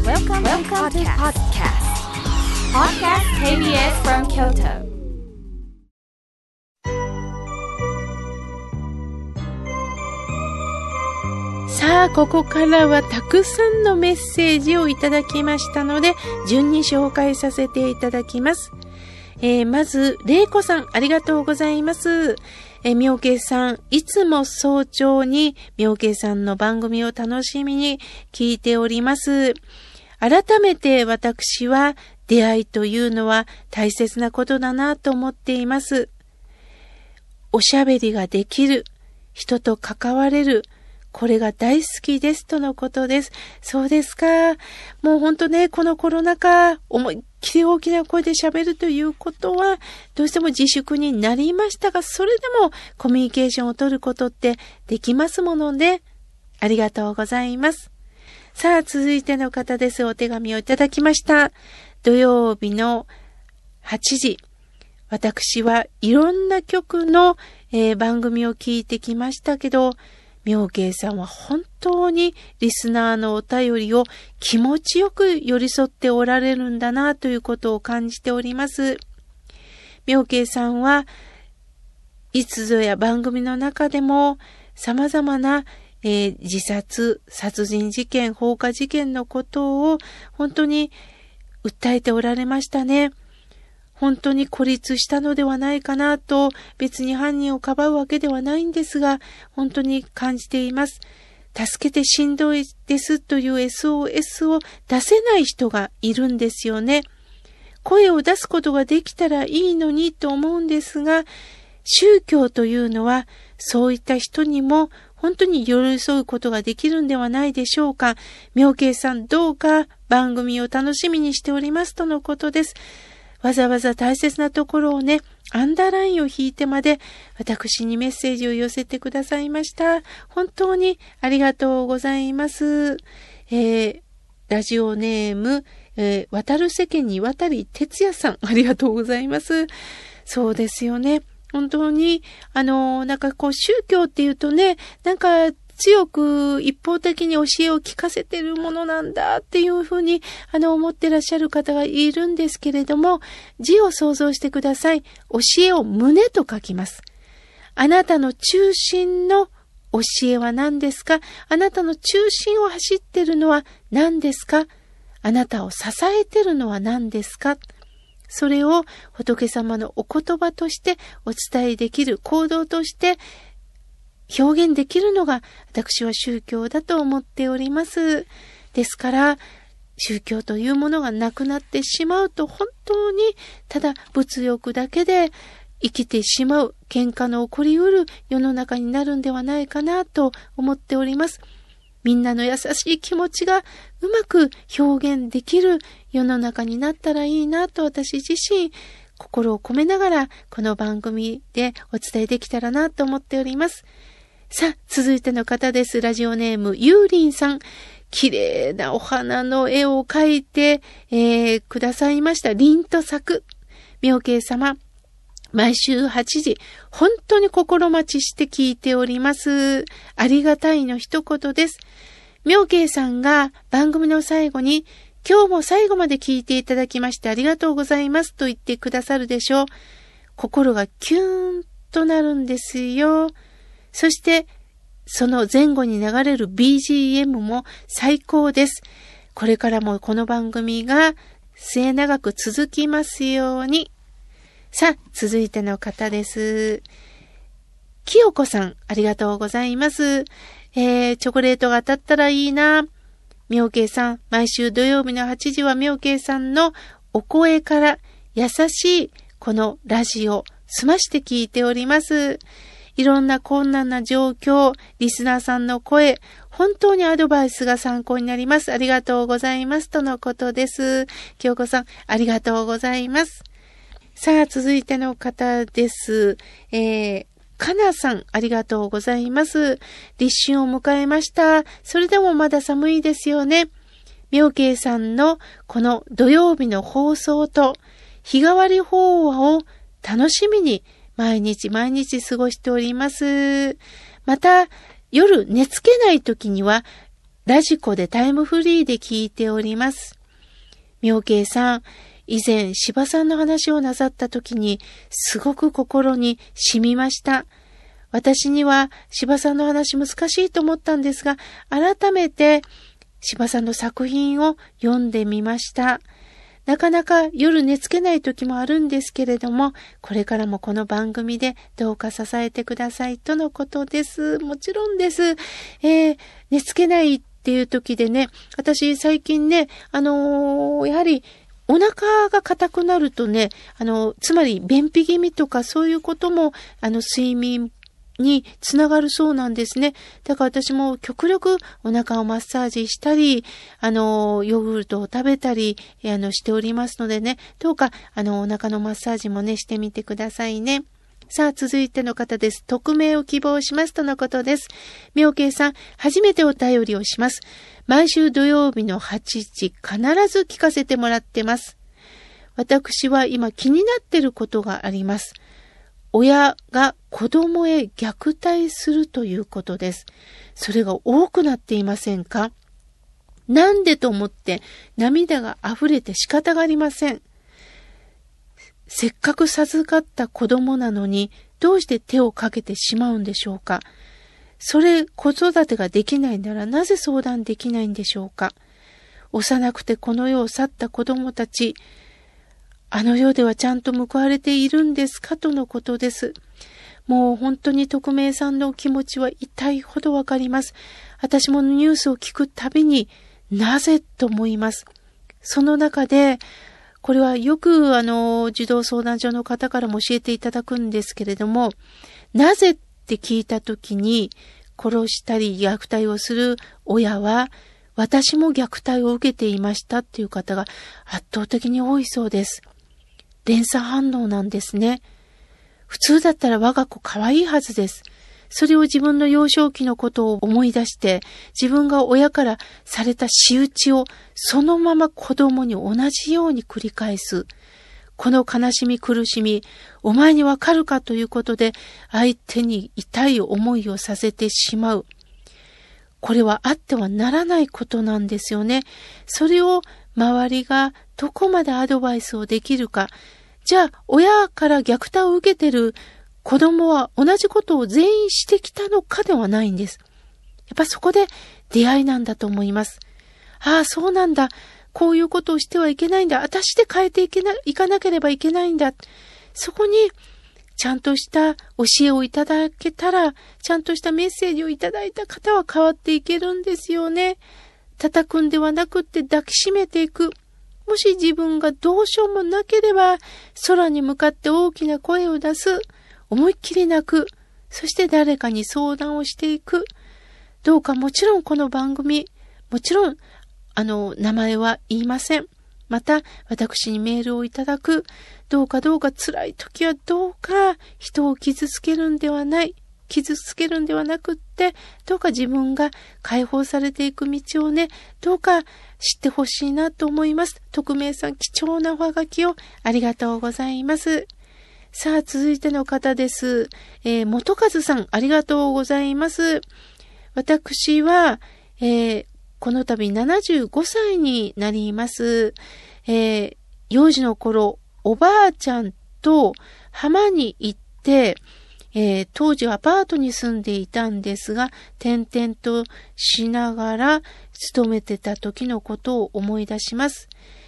Welcome to podcast. Podcast KBS from Kyoto. さあ、ここからはたくさんのメッセージをいただきましたので、順に紹介させていただきます。まず、れいこさん、ありがとうございます。みょうけいさん、いつも早朝にみょうけいさんの番組を楽しみに聞いております。改めて私は出会いというのは大切なことだなと思っています。おしゃべりができる、人と関われる、これが大好きですとのことです。そうですか。もうほんとね、このコロナ禍、思いっきり大きな声で喋るということは、どうしても自粛になりましたが、それでもコミュニケーションを取ることってできますもので、ありがとうございます。さあ、続いての方です。お手紙をいただきました。土曜日の8時。私はいろんな曲の、番組を聞いてきましたけど、みょうけいさんは本当にリスナーのお便りを気持ちよく寄り添っておられるんだなということを感じております。みょうけいさんはいつぞや番組の中でも様々な、自殺、殺人事件、放火事件のことを本当に訴えておられましたね。本当に孤立したのではないかなと、別に犯人をかばうわけではないんですが、本当に感じています。助けてしんどいですという SOS を出せない人がいるんですよね。声を出すことができたらいいのにと思うんですが、宗教というのはそういった人にも本当に寄り添うことができるんではないでしょうか。みょうけいさん、どうか番組を楽しみにしておりますとのことです。わざわざ大切なところをね、アンダーラインを引いてまで私にメッセージを寄せてくださいました。本当にありがとうございます。ラジオネーム、渡る世間に渡り哲也さん、ありがとうございます。そうですよね。本当に、なんかこう宗教っていうとね、なんか強く一方的に教えを聞かせてるものなんだっていうふうに思ってらっしゃる方がいるんですけれども、字を想像してください。教えを胸と書きます。あなたの中心の教えは何ですか？あなたの中心を走ってるのは何ですか？あなたを支えてるのは何ですか？それを仏様のお言葉としてお伝えできる、行動として表現できるのが私は宗教だと思っております。ですから宗教というものがなくなってしまうと本当にただ物欲だけで生きてしまう、喧嘩の起こりうる世の中になるんではないかなと思っております。みんなの優しい気持ちがうまく表現できる世の中になったらいいなと私自身心を込めながらこの番組でお伝えできたらなと思っております。さあ、続いての方です。ラジオネーム、ゆうりんさん。綺麗なお花の絵を描いて、くださいました。りんと咲く。みょうけい様。毎週8時、本当に心待ちして聞いております。ありがたいの一言です。みょうけいさんが番組の最後に、今日も最後まで聞いていただきましてありがとうございますと言ってくださるでしょう。心がキューンとなるんですよ。そして、その前後に流れる BGM も最高です。これからもこの番組が末永く続きますように。さあ、続いての方です。きよこさん、ありがとうございます。チョコレートが当たったらいいな。みょうけいさん、毎週土曜日の8時はみょうけいさんのお声から優しいこのラジオ、済まして聞いております。いろんな困難な状況、リスナーさんの声、本当にアドバイスが参考になります。ありがとうございます。とのことです。京子さん、ありがとうございます。さあ、続いての方です。かなさん、ありがとうございます。立春を迎えました。それでもまだ寒いですよね。みょうけいさんのこの土曜日の放送と日替わり法話を楽しみに毎日過ごしております。また、夜寝つけない時にはラジコでタイムフリーで聞いております。妙慶さん、以前柴さんの話をなさった時にすごく心に染みました。私には柴さんの話難しいと思ったんですが、改めて柴さんの作品を読んでみました。なかなか夜寝つけない時もあるんですけれども、これからもこの番組でどうか支えてくださいとのことです。もちろんです。寝つけないっていう時でね、私最近ね、やはりお腹が硬くなるとね、つまり便秘気味とかそういうことも、睡眠につながるそうなんですね。だから私も極力お腹をマッサージしたり、ヨーグルトを食べたり、しておりますのでね、どうか、お腹のマッサージもね、してみてくださいね。さあ、続いての方です。匿名を希望しますとのことです。妙慶さん、初めてお便りをします。毎週土曜日の8時、必ず聞かせてもらってます。私は今気になっていることがあります。親が子供へ虐待するということです。それが多くなっていませんか？なんでと思って涙が溢れて仕方がありません。せっかく授かった子供なのにどうして手をかけてしまうんでしょうか？子育てができないならなぜ相談できないんでしょうか？幼くてこの世を去った子供たち、あの世ではちゃんと報われているんですかとのことです。もう本当に匿名さんのお気持ちは痛いほどわかります。私もニュースを聞くたびになぜと思います。その中で、これはよく児童相談所の方からも教えていただくんですけれども、なぜって聞いたときに殺したり虐待をする親は、私も虐待を受けていましたっていう方が圧倒的に多いそうです。連鎖反応なんですね。普通だったら我が子可愛いはずです。それを自分の幼少期のことを思い出して、自分が親からされた仕打ちをそのまま子供に同じように繰り返す。この悲しみ苦しみ、お前にわかるかということで、相手に痛い思いをさせてしまう。これはあってはならないことなんですよね。それを周りがどこまでアドバイスをできるか。じゃあ、親から虐待を受けてる子供は同じことを全員してきたのかではないんです。やっぱそこで出会いなんだと思います。ああ、そうなんだ。こういうことをしてはいけないんだ。私で変えていかなければいけないんだ。そこに、ちゃんとした教えをいただけたら、ちゃんとしたメッセージをいただいた方は変わっていけるんですよね。叩くんではなくって抱きしめていく。もし自分がどうしようもなければ、空に向かって大きな声を出す。思いっきり泣く。そして誰かに相談をしていく。どうかもちろんこの番組、もちろん、名前は言いません。また、私にメールをいただく。どうか辛い時はどうか人を傷つけるんではなくって、どうか自分が解放されていく道をね、どうか知ってほしいなと思います。匿名さん、貴重なおはがきをありがとうございます。さあ、続いての方です。元和さん、ありがとうございます。私は、この度75歳になります。幼児の頃、おばあちゃんと浜に行って、当時アパートに住んでいたんですが、転々としながら勤めてた時のことを思い出します。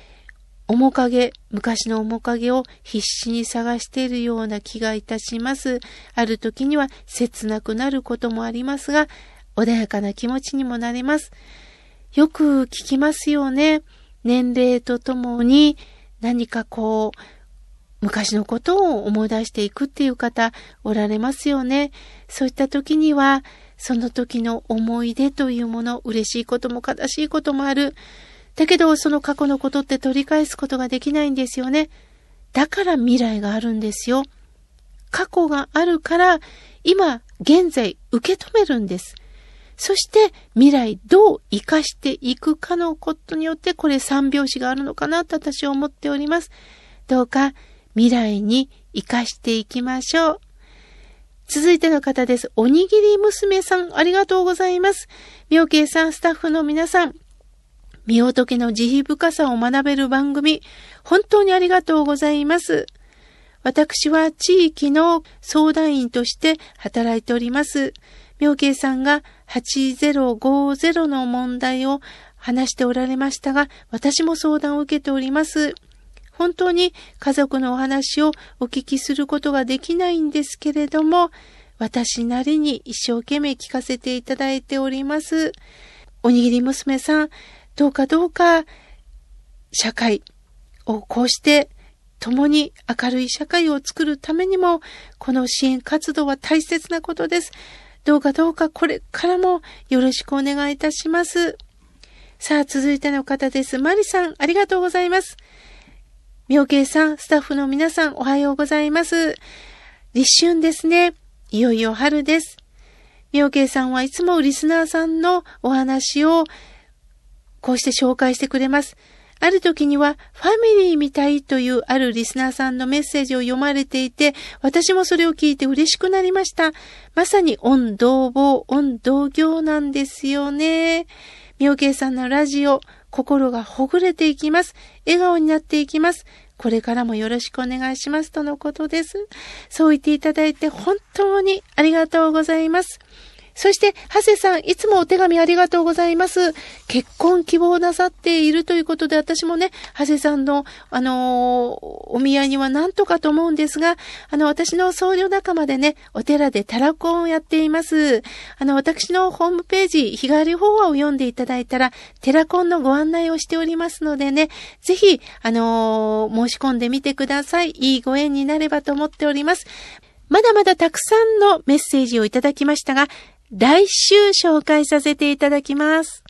昔の面影を必死に探しているような気がいたします。ある時には切なくなることもありますが、穏やかな気持ちにもなれます。よく聞きますよね。年齢とともに何か昔のことを思い出していくっていう方おられますよね。そういった時には、その時の思い出というもの、嬉しいことも悲しいこともある。だけど、その過去のことって取り返すことができないんですよね。だから未来があるんですよ。過去があるから、今、現在、受け止めるんです。そして未来どう生かしていくかのことによってこれ三拍子があるのかなと私は思っております。どうか未来に生かしていきましょう。 続いての方です。おにぎり娘さん、ありがとうございます。妙慶さん、スタッフの皆さん、みおとけの慈悲深さを学べる番組、本当にありがとうございます。私は地域の相談員として働いております。妙慶さんが8050の問題を話しておられましたが、私も相談を受けております。本当に家族のお話をお聞きすることができないんですけれども、私なりに一生懸命聞かせていただいております。おにぎり娘さん、どうか社会をこうして共に明るい社会を作るためにも、この支援活動は大切なことです。どうかこれからもよろしくお願いいたします。さあ、続いての方です。マリさん、ありがとうございます。妙慶さん、スタッフの皆さん、おはようございます。立春ですね。いよいよ春です。妙慶さんはいつもリスナーさんのお話をこうして紹介してくれます。ある時にはファミリーみたいというあるリスナーさんのメッセージを読まれていて、私もそれを聞いて嬉しくなりました。まさに御同房、御同業なんですよね。妙慶さんのラジオ、心がほぐれていきます。笑顔になっていきます。これからもよろしくお願いしますとのことです。そう言っていただいて本当にありがとうございます。そして、長谷さん、いつもお手紙ありがとうございます。結婚希望なさっているということで、私もね、長谷さんの、お見合いには何とかと思うんですが、私の僧侶仲間でね、お寺でタラコンをやっています。私のホームページ、日替わり法話を読んでいただいたら、テラコンのご案内をしておりますのでね、ぜひ、申し込んでみてください。いいご縁になればと思っております。まだまだたくさんのメッセージをいただきましたが、来週紹介させていただきます。